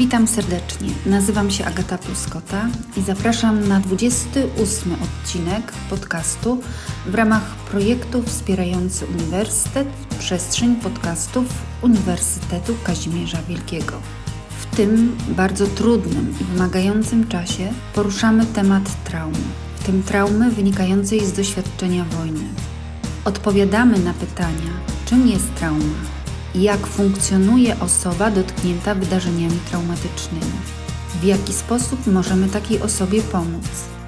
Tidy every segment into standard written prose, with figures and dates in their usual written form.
Witam serdecznie. Nazywam się Agata Pluskota i zapraszam na 28 odcinek podcastu w ramach projektu wspierający Uniwersytet Przestrzeń Podcastów Uniwersytetu Kazimierza Wielkiego. W tym bardzo trudnym i wymagającym czasie poruszamy temat traumy, w tym traumy wynikającej z doświadczenia wojny. Odpowiadamy na pytania, czym jest trauma i jak funkcjonuje osoba dotknięta wydarzeniami traumatycznymi. W jaki sposób możemy takiej osobie pomóc?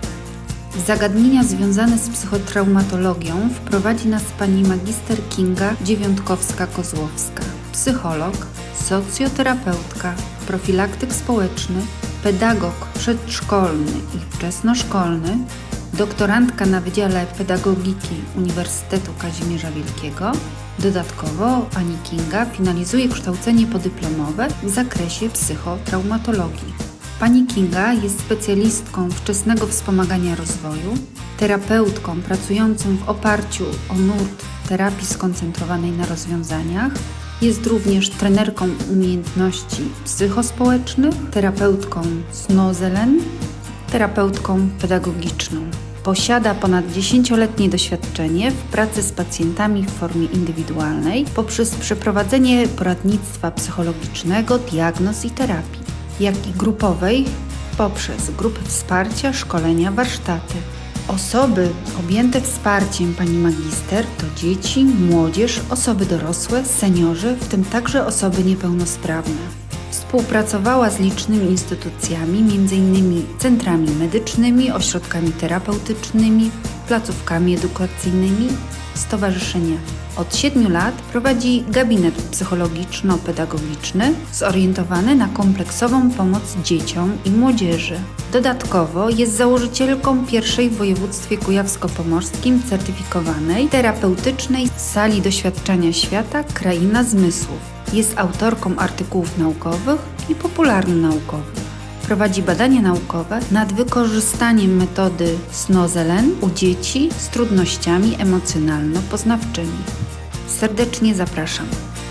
W zagadnienia związane z psychotraumatologią wprowadzi nas pani magister Kinga Dziewiątkowska-Kozłowska, psycholog, socjoterapeutka, profilaktyk społeczny, pedagog przedszkolny i wczesnoszkolny, doktorantka na Wydziale Pedagogiki Uniwersytetu Kazimierza Wielkiego. Dodatkowo pani Kinga finalizuje kształcenie podyplomowe w zakresie psychotraumatologii. Pani Kinga jest specjalistką wczesnego wspomagania rozwoju, terapeutką pracującą w oparciu o nurt terapii skoncentrowanej na rozwiązaniach, jest również trenerką umiejętności psychospołecznych, terapeutką Snozelen, terapeutką pedagogiczną. Posiada ponad 10-letnie doświadczenie w pracy z pacjentami w formie indywidualnej poprzez przeprowadzenie poradnictwa psychologicznego, diagnoz i terapii, jak i grupowej poprzez grupy wsparcia, szkolenia, warsztaty. Osoby objęte wsparciem pani magister to dzieci, młodzież, osoby dorosłe, seniorzy, w tym także osoby niepełnosprawne. Współpracowała z licznymi instytucjami, m.in. centrami medycznymi, ośrodkami terapeutycznymi, placówkami edukacyjnymi, stowarzyszeniami. Od 7 lat prowadzi gabinet psychologiczno-pedagogiczny zorientowany na kompleksową pomoc dzieciom i młodzieży. Dodatkowo jest założycielką pierwszej w województwie kujawsko-pomorskim certyfikowanej terapeutycznej sali doświadczenia świata Kraina Zmysłów. Jest autorką artykułów naukowych i popularnonaukowych. Prowadzi badania naukowe nad wykorzystaniem metody Snozelen u dzieci z trudnościami emocjonalno-poznawczymi. Serdecznie zapraszam.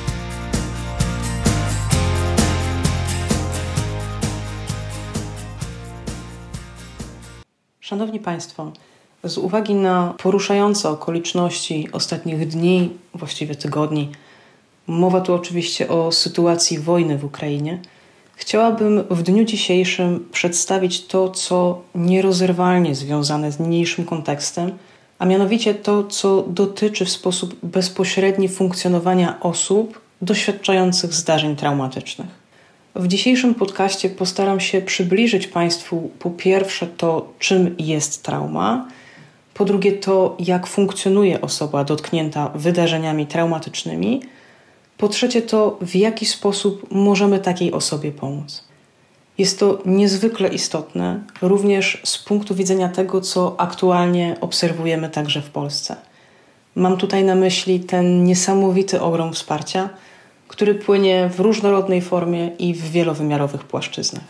Szanowni Państwo, z uwagi na poruszające okoliczności ostatnich dni, właściwie tygodni, mowa tu oczywiście o sytuacji wojny w Ukrainie, chciałabym w dniu dzisiejszym przedstawić to, co nierozerwalnie związane z niniejszym kontekstem, a mianowicie to, co dotyczy w sposób bezpośredni funkcjonowania osób doświadczających zdarzeń traumatycznych. W dzisiejszym podcaście postaram się przybliżyć Państwu po pierwsze to, czym jest trauma, po drugie to, jak funkcjonuje osoba dotknięta wydarzeniami traumatycznymi, po trzecie to, w jaki sposób możemy takiej osobie pomóc. Jest to niezwykle istotne, również z punktu widzenia tego, co aktualnie obserwujemy także w Polsce. Mam tutaj na myśli ten niesamowity ogrom wsparcia, który płynie w różnorodnej formie i w wielowymiarowych płaszczyznach.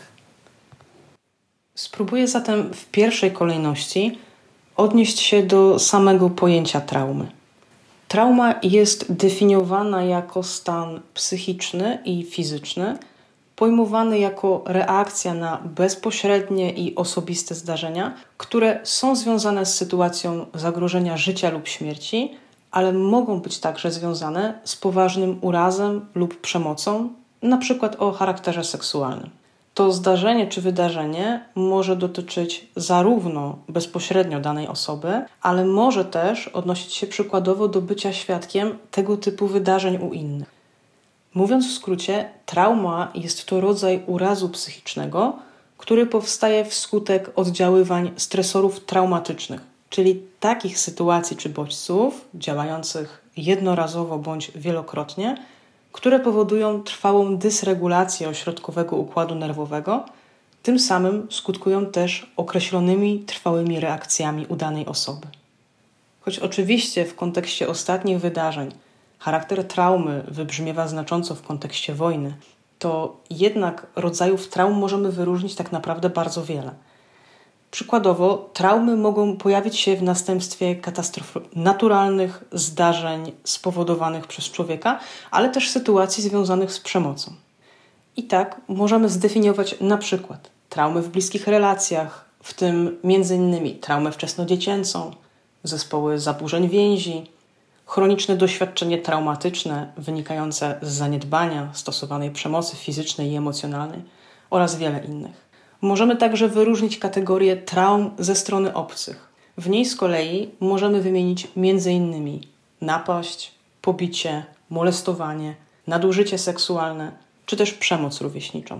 Spróbuję zatem w pierwszej kolejności odnieść się do samego pojęcia traumy. Trauma jest definiowana jako stan psychiczny i fizyczny, pojmowany jako reakcja na bezpośrednie i osobiste zdarzenia, które są związane z sytuacją zagrożenia życia lub śmierci, ale mogą być także związane z poważnym urazem lub przemocą, np. o charakterze seksualnym. To zdarzenie czy wydarzenie może dotyczyć zarówno bezpośrednio danej osoby, ale może też odnosić się przykładowo do bycia świadkiem tego typu wydarzeń u innych. Mówiąc w skrócie, trauma jest to rodzaj urazu psychicznego, który powstaje wskutek oddziaływań stresorów traumatycznych, czyli takich sytuacji czy bodźców działających jednorazowo bądź wielokrotnie, które powodują trwałą dysregulację ośrodkowego układu nerwowego, tym samym skutkują też określonymi trwałymi reakcjami u danej osoby. Choć oczywiście w kontekście ostatnich wydarzeń charakter traumy wybrzmiewa znacząco w kontekście wojny, to jednak rodzajów traum możemy wyróżnić tak naprawdę bardzo wiele. Przykładowo, traumy mogą pojawić się w następstwie katastrof naturalnych, zdarzeń spowodowanych przez człowieka, ale też sytuacji związanych z przemocą. I tak możemy zdefiniować na przykład traumy w bliskich relacjach, w tym m.in. traumę wczesnodziecięcą, zespoły zaburzeń więzi, chroniczne doświadczenie traumatyczne wynikające z zaniedbania, stosowanej przemocy fizycznej i emocjonalnej oraz wiele innych. Możemy także wyróżnić kategorię traum ze strony obcych. W niej z kolei możemy wymienić m.in. napaść, pobicie, molestowanie, nadużycie seksualne czy też przemoc rówieśniczą.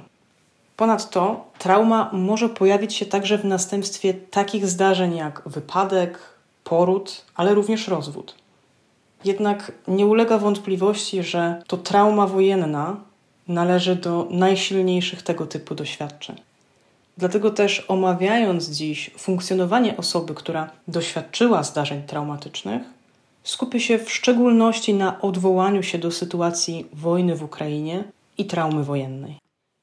Ponadto trauma może pojawić się także w następstwie takich zdarzeń jak wypadek, poród, ale również rozwód. Jednak nie ulega wątpliwości, że to trauma wojenna należy do najsilniejszych tego typu doświadczeń. Dlatego też omawiając dziś funkcjonowanie osoby, która doświadczyła zdarzeń traumatycznych, skupię się w szczególności na odwołaniu się do sytuacji wojny w Ukrainie i traumy wojennej.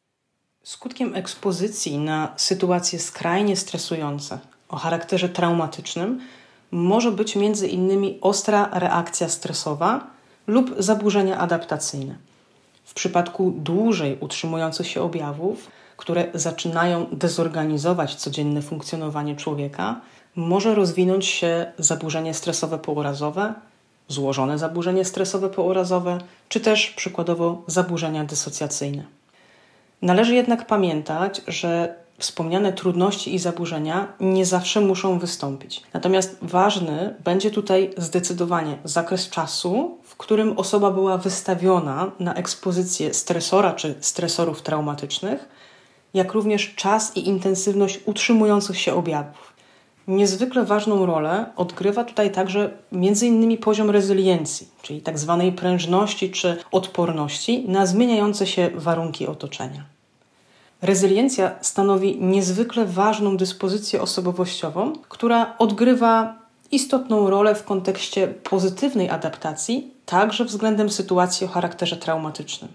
Skutkiem ekspozycji na sytuacje skrajnie stresujące o charakterze traumatycznym może być m.in. ostra reakcja stresowa lub zaburzenia adaptacyjne. W przypadku dłużej utrzymujących się objawów, które zaczynają dezorganizować codzienne funkcjonowanie człowieka, może rozwinąć się zaburzenie stresowe pourazowe, złożone zaburzenie stresowe pourazowe, czy też przykładowo zaburzenia dysocjacyjne. Należy jednak pamiętać, że wspomniane trudności i zaburzenia nie zawsze muszą wystąpić. Natomiast ważny będzie tutaj zdecydowanie zakres czasu, w którym osoba była wystawiona na ekspozycję stresora czy stresorów traumatycznych, jak również czas i intensywność utrzymujących się objawów. Niezwykle ważną rolę odgrywa tutaj także m.in. poziom rezyliencji, czyli tzw. prężności czy odporności na zmieniające się warunki otoczenia. Rezyliencja stanowi niezwykle ważną dyspozycję osobowościową, która odgrywa istotną rolę w kontekście pozytywnej adaptacji, także względem sytuacji o charakterze traumatycznym.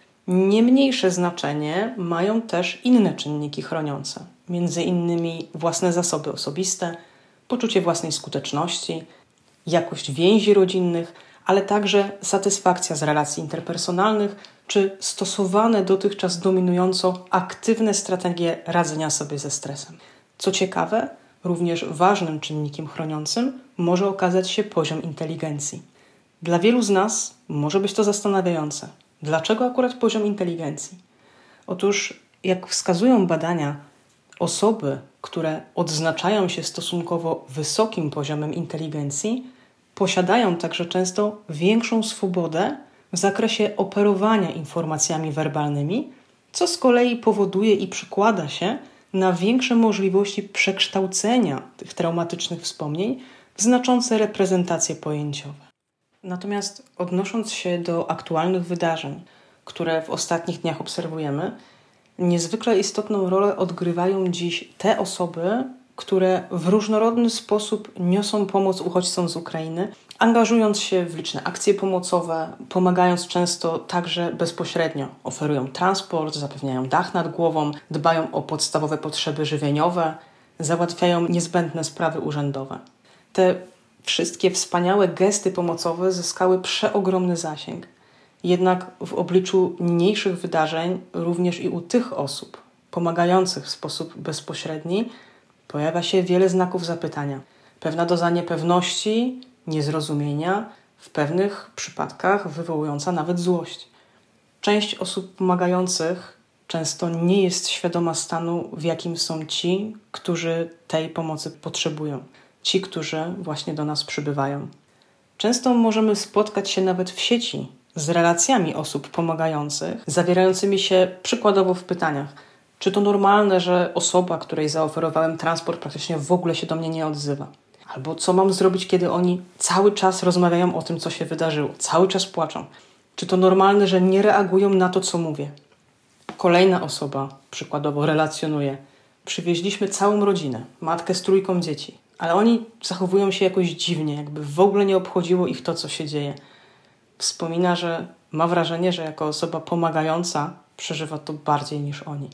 Nie mniejsze znaczenie mają też inne czynniki chroniące, m.in. własne zasoby osobiste, poczucie własnej skuteczności, jakość więzi rodzinnych, ale także satysfakcja z relacji interpersonalnych czy stosowane dotychczas dominująco aktywne strategie radzenia sobie ze stresem. Co ciekawe, również ważnym czynnikiem chroniącym może okazać się poziom inteligencji. Dla wielu z nas może być to zastanawiające. Dlaczego akurat poziom inteligencji? Otóż, jak wskazują badania, osoby, które odznaczają się stosunkowo wysokim poziomem inteligencji, posiadają także często większą swobodę w zakresie operowania informacjami werbalnymi, co z kolei powoduje i przekłada się na większe możliwości przekształcenia tych traumatycznych wspomnień w znaczące reprezentacje pojęciowe. Natomiast odnosząc się do aktualnych wydarzeń, które w ostatnich dniach obserwujemy, niezwykle istotną rolę odgrywają dziś te osoby, które w różnorodny sposób niosą pomoc uchodźcom z Ukrainy, angażując się w liczne akcje pomocowe, pomagając często także bezpośrednio. Oferują transport, zapewniają dach nad głową, dbają o podstawowe potrzeby żywieniowe, załatwiają niezbędne sprawy urzędowe. Te wszystkie wspaniałe gesty pomocowe zyskały przeogromny zasięg. Jednak w obliczu niniejszych wydarzeń, również i u tych osób pomagających w sposób bezpośredni, pojawia się wiele znaków zapytania. Pewna doza niepewności, niezrozumienia, w pewnych przypadkach wywołująca nawet złość. Część osób pomagających często nie jest świadoma stanu, w jakim są ci, którzy tej pomocy potrzebują. Ci, którzy właśnie do nas przybywają. Często możemy spotkać się nawet w sieci z relacjami osób pomagających, zawierającymi się przykładowo w pytaniach: czy to normalne, że osoba, której zaoferowałem transport, praktycznie w ogóle się do mnie nie odzywa? Albo co mam zrobić, kiedy oni cały czas rozmawiają o tym, co się wydarzyło, cały czas płaczą? Czy to normalne, że nie reagują na to, co mówię? Kolejna osoba przykładowo relacjonuje: przywieźliśmy całą rodzinę, matkę z 3 dzieci, ale oni zachowują się jakoś dziwnie, jakby w ogóle nie obchodziło ich to, co się dzieje. Wspomina, że ma wrażenie, że jako osoba pomagająca przeżywa to bardziej niż oni.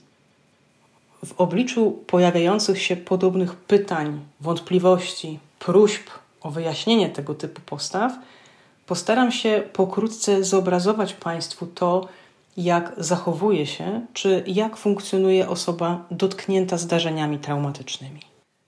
W obliczu pojawiających się podobnych pytań, wątpliwości, próśb o wyjaśnienie tego typu postaw, postaram się pokrótce zobrazować Państwu to, jak zachowuje się, czy jak funkcjonuje osoba dotknięta zdarzeniami traumatycznymi.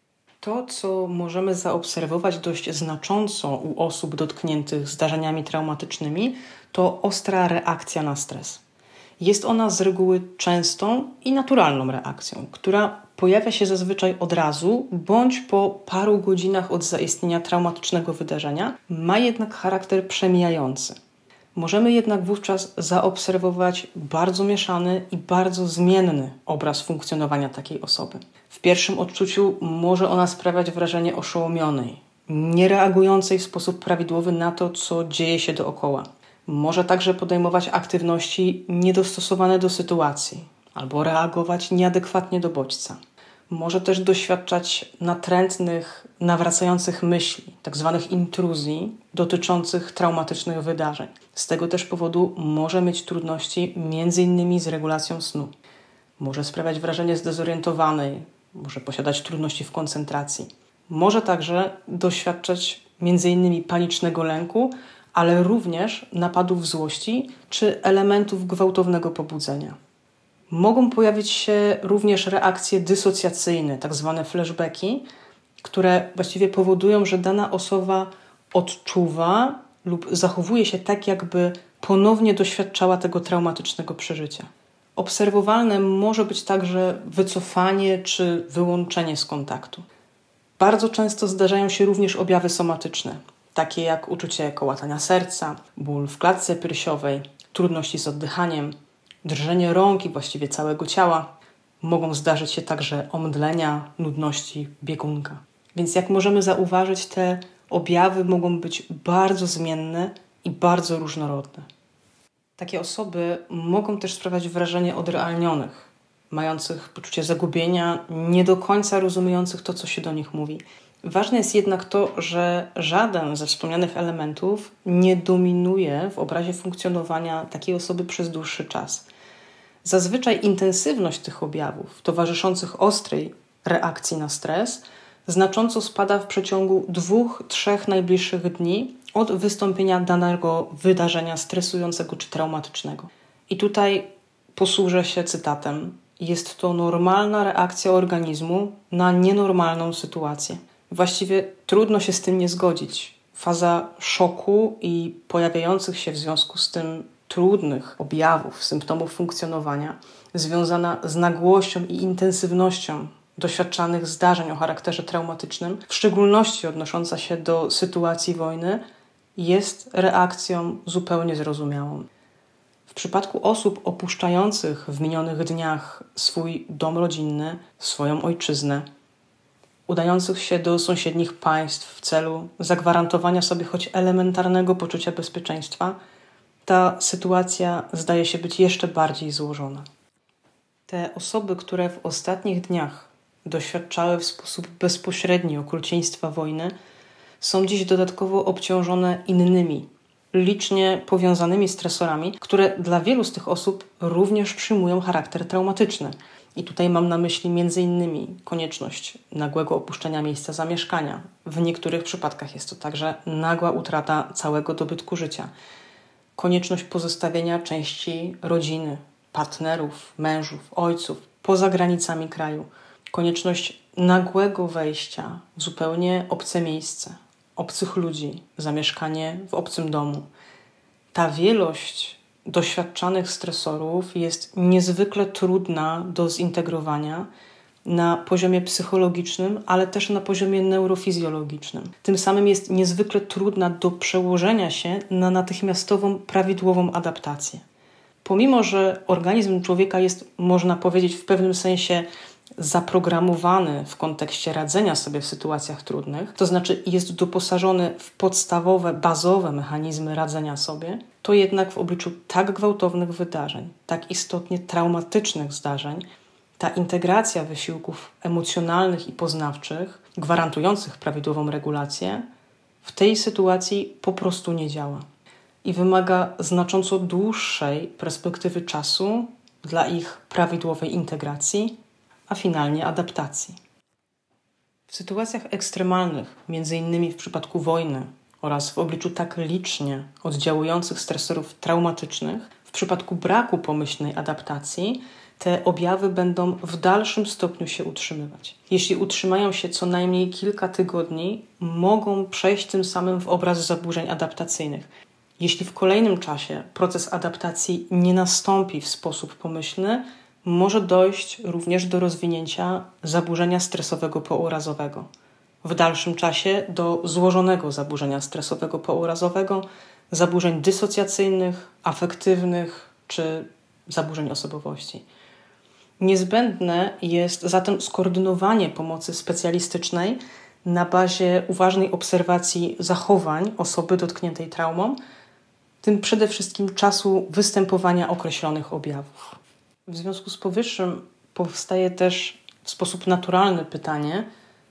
To, co możemy zaobserwować dość znacząco u osób dotkniętych zdarzeniami traumatycznymi, to ostra reakcja na stres. Jest ona z reguły częstą i naturalną reakcją, która pojawia się zazwyczaj od razu bądź po paru godzinach od zaistnienia traumatycznego wydarzenia, ma jednak charakter przemijający. Możemy jednak wówczas zaobserwować bardzo mieszany i bardzo zmienny obraz funkcjonowania takiej osoby. W pierwszym odczuciu może ona sprawiać wrażenie oszołomionej, nie reagującej w sposób prawidłowy na to, co dzieje się dookoła. Może także podejmować aktywności niedostosowane do sytuacji albo reagować nieadekwatnie do bodźca. Może też doświadczać natrętnych, nawracających myśli, tzw. intruzji dotyczących traumatycznych wydarzeń. Z tego też powodu może mieć trudności m.in. z regulacją snu. Może sprawiać wrażenie zdezorientowanej, może posiadać trudności w koncentracji. Może także doświadczać m.in. panicznego lęku, ale również napadów złości czy elementów gwałtownego pobudzenia. Mogą pojawić się również reakcje dysocjacyjne, tak zwane flashbacki, które właściwie powodują, że dana osoba odczuwa lub zachowuje się tak, jakby ponownie doświadczała tego traumatycznego przeżycia. Obserwowalne może być także wycofanie czy wyłączenie z kontaktu. Bardzo często zdarzają się również objawy somatyczne, takie jak uczucie kołatania serca, ból w klatce piersiowej, trudności z oddychaniem, drżenie rąk i właściwie całego ciała. Mogą zdarzyć się także omdlenia, nudności, biegunka. Więc jak możemy zauważyć, te objawy mogą być bardzo zmienne i bardzo różnorodne. Takie osoby mogą też sprawiać wrażenie odrealnionych, mających poczucie zagubienia, nie do końca rozumiejących to, co się do nich mówi. Ważne jest jednak to, że żaden ze wspomnianych elementów nie dominuje w obrazie funkcjonowania takiej osoby przez dłuższy czas. Zazwyczaj intensywność tych objawów towarzyszących ostrej reakcji na stres znacząco spada w przeciągu 2-3 najbliższych dni od wystąpienia danego wydarzenia stresującego czy traumatycznego. I tutaj posłużę się cytatem. Jest to normalna reakcja organizmu na nienormalną sytuację. Właściwie trudno się z tym nie zgodzić. Faza szoku i pojawiających się w związku z tym trudnych objawów, symptomów funkcjonowania, związana z nagłością i intensywnością doświadczanych zdarzeń o charakterze traumatycznym, w szczególności odnosząca się do sytuacji wojny, jest reakcją zupełnie zrozumiałą. W przypadku osób opuszczających w minionych dniach swój dom rodzinny, swoją ojczyznę, udających się do sąsiednich państw w celu zagwarantowania sobie choć elementarnego poczucia bezpieczeństwa, ta sytuacja zdaje się być jeszcze bardziej złożona. Te osoby, które w ostatnich dniach doświadczały w sposób bezpośredni okrucieństwa wojny, są dziś dodatkowo obciążone innymi, licznie powiązanymi stresorami, które dla wielu z tych osób również przyjmują charakter traumatyczny. I tutaj mam na myśli m.in. konieczność nagłego opuszczenia miejsca zamieszkania. W niektórych przypadkach jest to także nagła utrata całego dobytku życia. Konieczność pozostawienia części rodziny, partnerów, mężów, ojców poza granicami kraju. Konieczność nagłego wejścia w zupełnie obce miejsce, obcych ludzi, zamieszkanie w obcym domu. Ta wielość doświadczanych stresorów jest niezwykle trudna do zintegrowania na poziomie psychologicznym, ale też na poziomie neurofizjologicznym. Tym samym jest niezwykle trudna do przełożenia się na natychmiastową, prawidłową adaptację. Pomimo że organizm człowieka jest, można powiedzieć, w pewnym sensie zaprogramowany w kontekście radzenia sobie w sytuacjach trudnych, to znaczy jest doposażony w podstawowe, bazowe mechanizmy radzenia sobie, to jednak w obliczu tak gwałtownych wydarzeń, tak istotnie traumatycznych zdarzeń, ta integracja wysiłków emocjonalnych i poznawczych, gwarantujących prawidłową regulację, w tej sytuacji po prostu nie działa i wymaga znacząco dłuższej perspektywy czasu dla ich prawidłowej integracji, a finalnie adaptacji. W sytuacjach ekstremalnych, m.in. w przypadku wojny oraz w obliczu tak licznie oddziałujących stresorów traumatycznych, W przypadku braku pomyślnej adaptacji te objawy będą w dalszym stopniu się utrzymywać. Jeśli utrzymają się co najmniej kilka tygodni, mogą przejść tym samym w obraz zaburzeń adaptacyjnych. Jeśli w kolejnym czasie proces adaptacji nie nastąpi w sposób pomyślny, może dojść również do rozwinięcia zaburzenia stresowego pourazowego. W dalszym czasie do złożonego zaburzenia stresowego pourazowego, zaburzeń dysocjacyjnych, afektywnych czy zaburzeń osobowości. Niezbędne jest zatem skoordynowanie pomocy specjalistycznej na bazie uważnej obserwacji zachowań osoby dotkniętej traumą, tym przede wszystkim czasu występowania określonych objawów. W związku z powyższym powstaje też w sposób naturalny pytanie,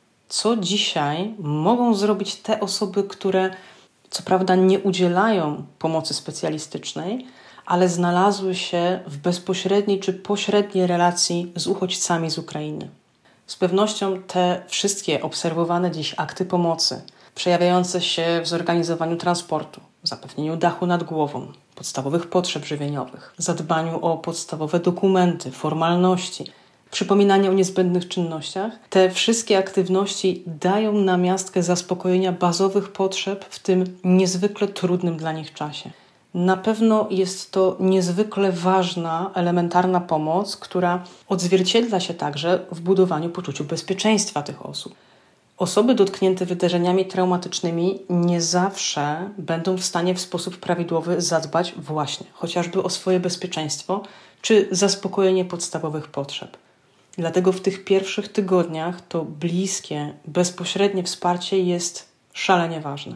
co dzisiaj mogą zrobić te osoby, które co prawda nie udzielają pomocy specjalistycznej, ale znalazły się w bezpośredniej czy pośredniej relacji z uchodźcami z Ukrainy. Z pewnością te wszystkie obserwowane dziś akty pomocy, przejawiające się w zorganizowaniu transportu, zapewnieniu dachu nad głową, podstawowych potrzeb żywieniowych, zadbaniu o podstawowe dokumenty, formalności, przypominanie o niezbędnych czynnościach, te wszystkie aktywności dają namiastkę zaspokojenia bazowych potrzeb w tym niezwykle trudnym dla nich czasie. Na pewno jest to niezwykle ważna, elementarna pomoc, która odzwierciedla się także w budowaniu poczucia bezpieczeństwa tych osób. Osoby dotknięte wydarzeniami traumatycznymi nie zawsze będą w stanie w sposób prawidłowy zadbać właśnie chociażby o swoje bezpieczeństwo czy zaspokojenie podstawowych potrzeb. Dlatego w tych pierwszych tygodniach to bliskie, bezpośrednie wsparcie jest szalenie ważne.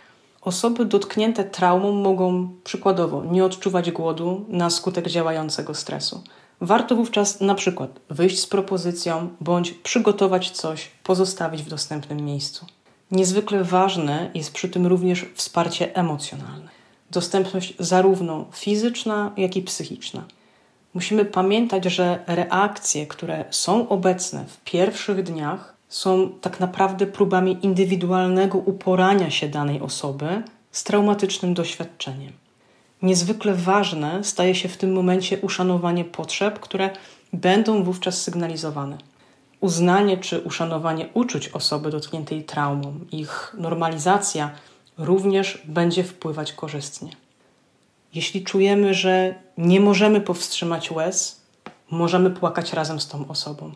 Osoby dotknięte traumą mogą przykładowo nie odczuwać głodu na skutek działającego stresu. Warto wówczas na przykład wyjść z propozycją bądź przygotować coś, pozostawić w dostępnym miejscu. Niezwykle ważne jest przy tym również wsparcie emocjonalne. Dostępność zarówno fizyczna, jak i psychiczna. Musimy pamiętać, że reakcje, które są obecne w pierwszych dniach, są tak naprawdę próbami indywidualnego uporania się danej osoby z traumatycznym doświadczeniem. Niezwykle ważne staje się w tym momencie uszanowanie potrzeb, które będą wówczas sygnalizowane. Uznanie czy uszanowanie uczuć osoby dotkniętej traumą, ich normalizacja również będzie wpływać korzystnie. Jeśli czujemy, że nie możemy powstrzymać łez, możemy płakać razem z tą osobą.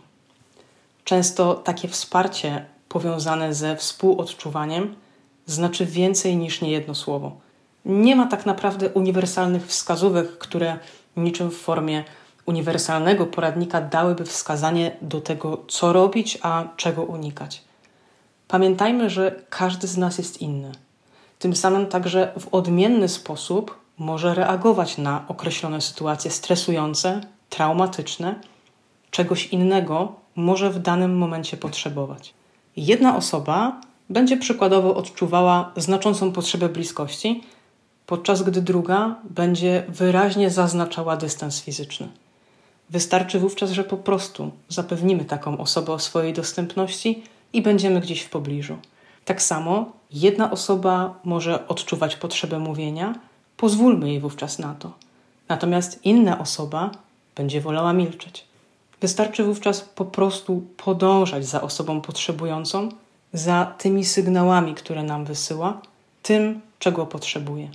Często takie wsparcie powiązane ze współodczuwaniem znaczy więcej niż niejedno słowo. Nie ma tak naprawdę uniwersalnych wskazówek, które niczym w formie uniwersalnego poradnika dałyby wskazanie do tego, co robić, a czego unikać. Pamiętajmy, że każdy z nas jest inny. Tym samym także w odmienny sposób może reagować na określone sytuacje stresujące, traumatyczne, czegoś innego może w danym momencie potrzebować. Jedna osoba będzie przykładowo odczuwała znaczącą potrzebę bliskości, podczas gdy druga będzie wyraźnie zaznaczała dystans fizyczny. Wystarczy wówczas, że po prostu zapewnimy taką osobę o swojej dostępności i będziemy gdzieś w pobliżu. Tak samo jedna osoba może odczuwać potrzebę mówienia, pozwólmy jej wówczas na to. Natomiast inna osoba będzie wolała milczeć. Wystarczy wówczas po prostu podążać za osobą potrzebującą, za tymi sygnałami, które nam wysyła, tym, czego potrzebuje.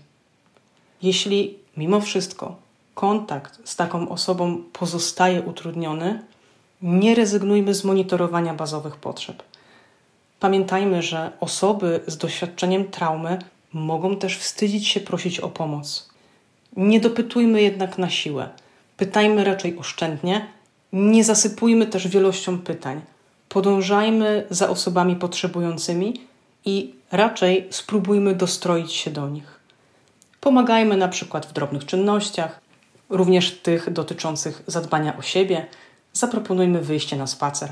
Jeśli mimo wszystko kontakt z taką osobą pozostaje utrudniony, nie rezygnujmy z monitorowania bazowych potrzeb. Pamiętajmy, że osoby z doświadczeniem traumy mogą też wstydzić się prosić o pomoc. Nie dopytujmy jednak na siłę. Pytajmy raczej oszczędnie, nie zasypujmy też wielością pytań. Podążajmy za osobami potrzebującymi i raczej spróbujmy dostroić się do nich. Pomagajmy na przykład w drobnych czynnościach, również tych dotyczących zadbania o siebie. Zaproponujmy wyjście na spacer.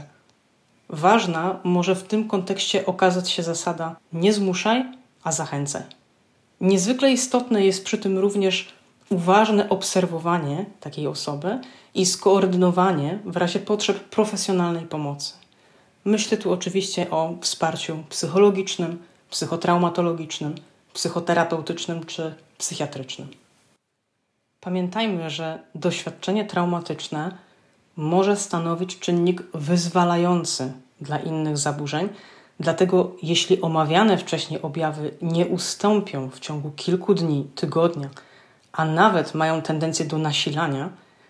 Ważna może w tym kontekście okazać się zasada nie zmuszaj, a zachęcaj. Niezwykle istotne jest przy tym również uważne obserwowanie takiej osoby i skoordynowanie w razie potrzeb profesjonalnej pomocy. Myślę tu oczywiście o wsparciu psychologicznym, psychotraumatologicznym, psychoterapeutycznym czy psychiatrycznym. Pamiętajmy, że doświadczenie traumatyczne może stanowić czynnik wyzwalający dla innych zaburzeń, dlatego jeśli omawiane wcześniej objawy nie ustąpią w ciągu kilku dni, tygodnia, a nawet mają tendencję do nasilania,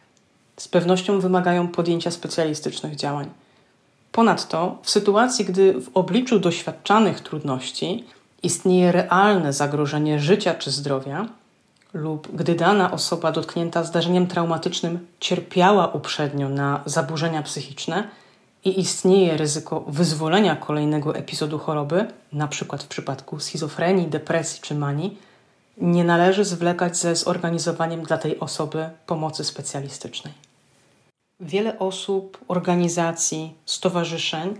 z pewnością wymagają podjęcia specjalistycznych działań. Ponadto w sytuacji, gdy w obliczu doświadczanych trudności istnieje realne zagrożenie życia czy zdrowia lub gdy dana osoba dotknięta zdarzeniem traumatycznym cierpiała uprzednio na zaburzenia psychiczne i istnieje ryzyko wyzwolenia kolejnego epizodu choroby, np. w przypadku schizofrenii, depresji czy manii, nie należy zwlekać ze zorganizowaniem dla tej osoby pomocy specjalistycznej. Wiele osób, organizacji, stowarzyszeń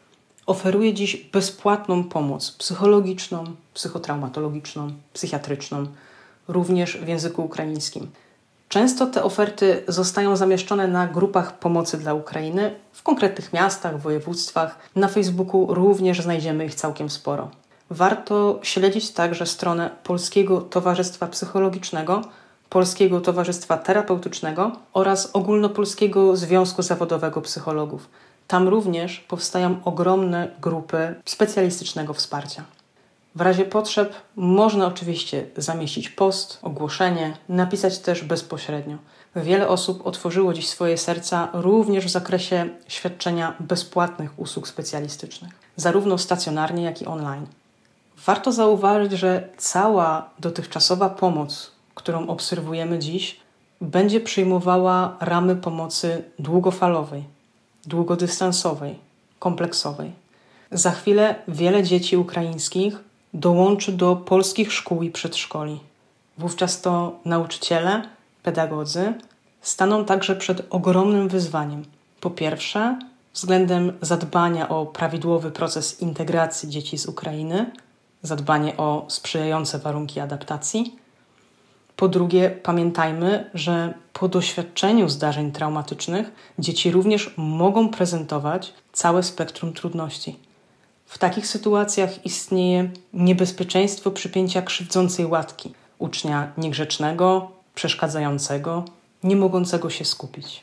oferuje dziś bezpłatną pomoc psychologiczną, psychotraumatologiczną, psychiatryczną, również w języku ukraińskim. Często te oferty zostają zamieszczone na grupach pomocy dla Ukrainy w konkretnych miastach, województwach. Na Facebooku również znajdziemy ich całkiem sporo. Warto śledzić także stronę Polskiego Towarzystwa Psychologicznego, Polskiego Towarzystwa Terapeutycznego oraz Ogólnopolskiego Związku Zawodowego Psychologów. Tam również powstają ogromne grupy specjalistycznego wsparcia. W razie potrzeb można oczywiście zamieścić post, ogłoszenie, napisać też bezpośrednio. Wiele osób otworzyło dziś swoje serca również w zakresie świadczenia bezpłatnych usług specjalistycznych, zarówno stacjonarnie, jak i online. Warto zauważyć, że cała dotychczasowa pomoc, którą obserwujemy dziś, będzie przyjmowała ramy pomocy długofalowej, długodystansowej, kompleksowej. Za chwilę wiele dzieci ukraińskich dołączy do polskich szkół i przedszkoli. Wówczas to nauczyciele, pedagodzy staną także przed ogromnym wyzwaniem. Po pierwsze, względem zadbania o prawidłowy proces integracji dzieci z Ukrainy, zadbanie o sprzyjające warunki adaptacji. Po drugie, pamiętajmy, że po doświadczeniu zdarzeń traumatycznych dzieci również mogą prezentować całe spektrum trudności. W takich sytuacjach istnieje niebezpieczeństwo przypięcia krzywdzącej łatki, ucznia niegrzecznego, przeszkadzającego, nie mogącego się skupić.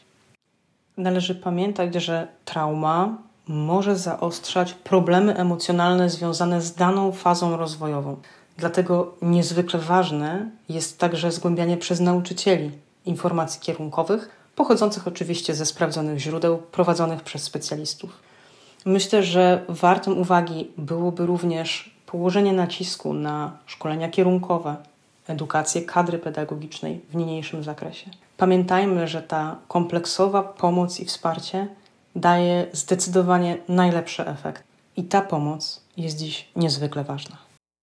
Należy pamiętać, że trauma może zaostrzać problemy emocjonalne związane z daną fazą rozwojową. Dlatego niezwykle ważne jest także zgłębianie przez nauczycieli informacji kierunkowych, pochodzących oczywiście ze sprawdzonych źródeł prowadzonych przez specjalistów. Myślę, że wartym uwagi byłoby również położenie nacisku na szkolenia kierunkowe, edukację kadry pedagogicznej w niniejszym zakresie. Pamiętajmy, że ta kompleksowa pomoc i wsparcie daje zdecydowanie najlepszy efekt. I ta pomoc jest dziś niezwykle ważna.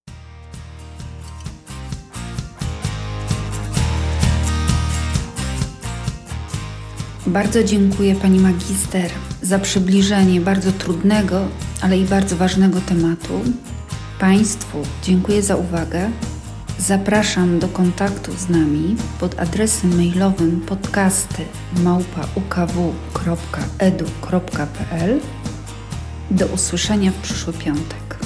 Bardzo dziękuję Pani Magister za przybliżenie bardzo trudnego, ale i bardzo ważnego tematu. Państwu dziękuję za uwagę. Zapraszam do kontaktu z nami pod adresem mailowym podcasty@ukw.edu.pl. Do usłyszenia w przyszły piątek.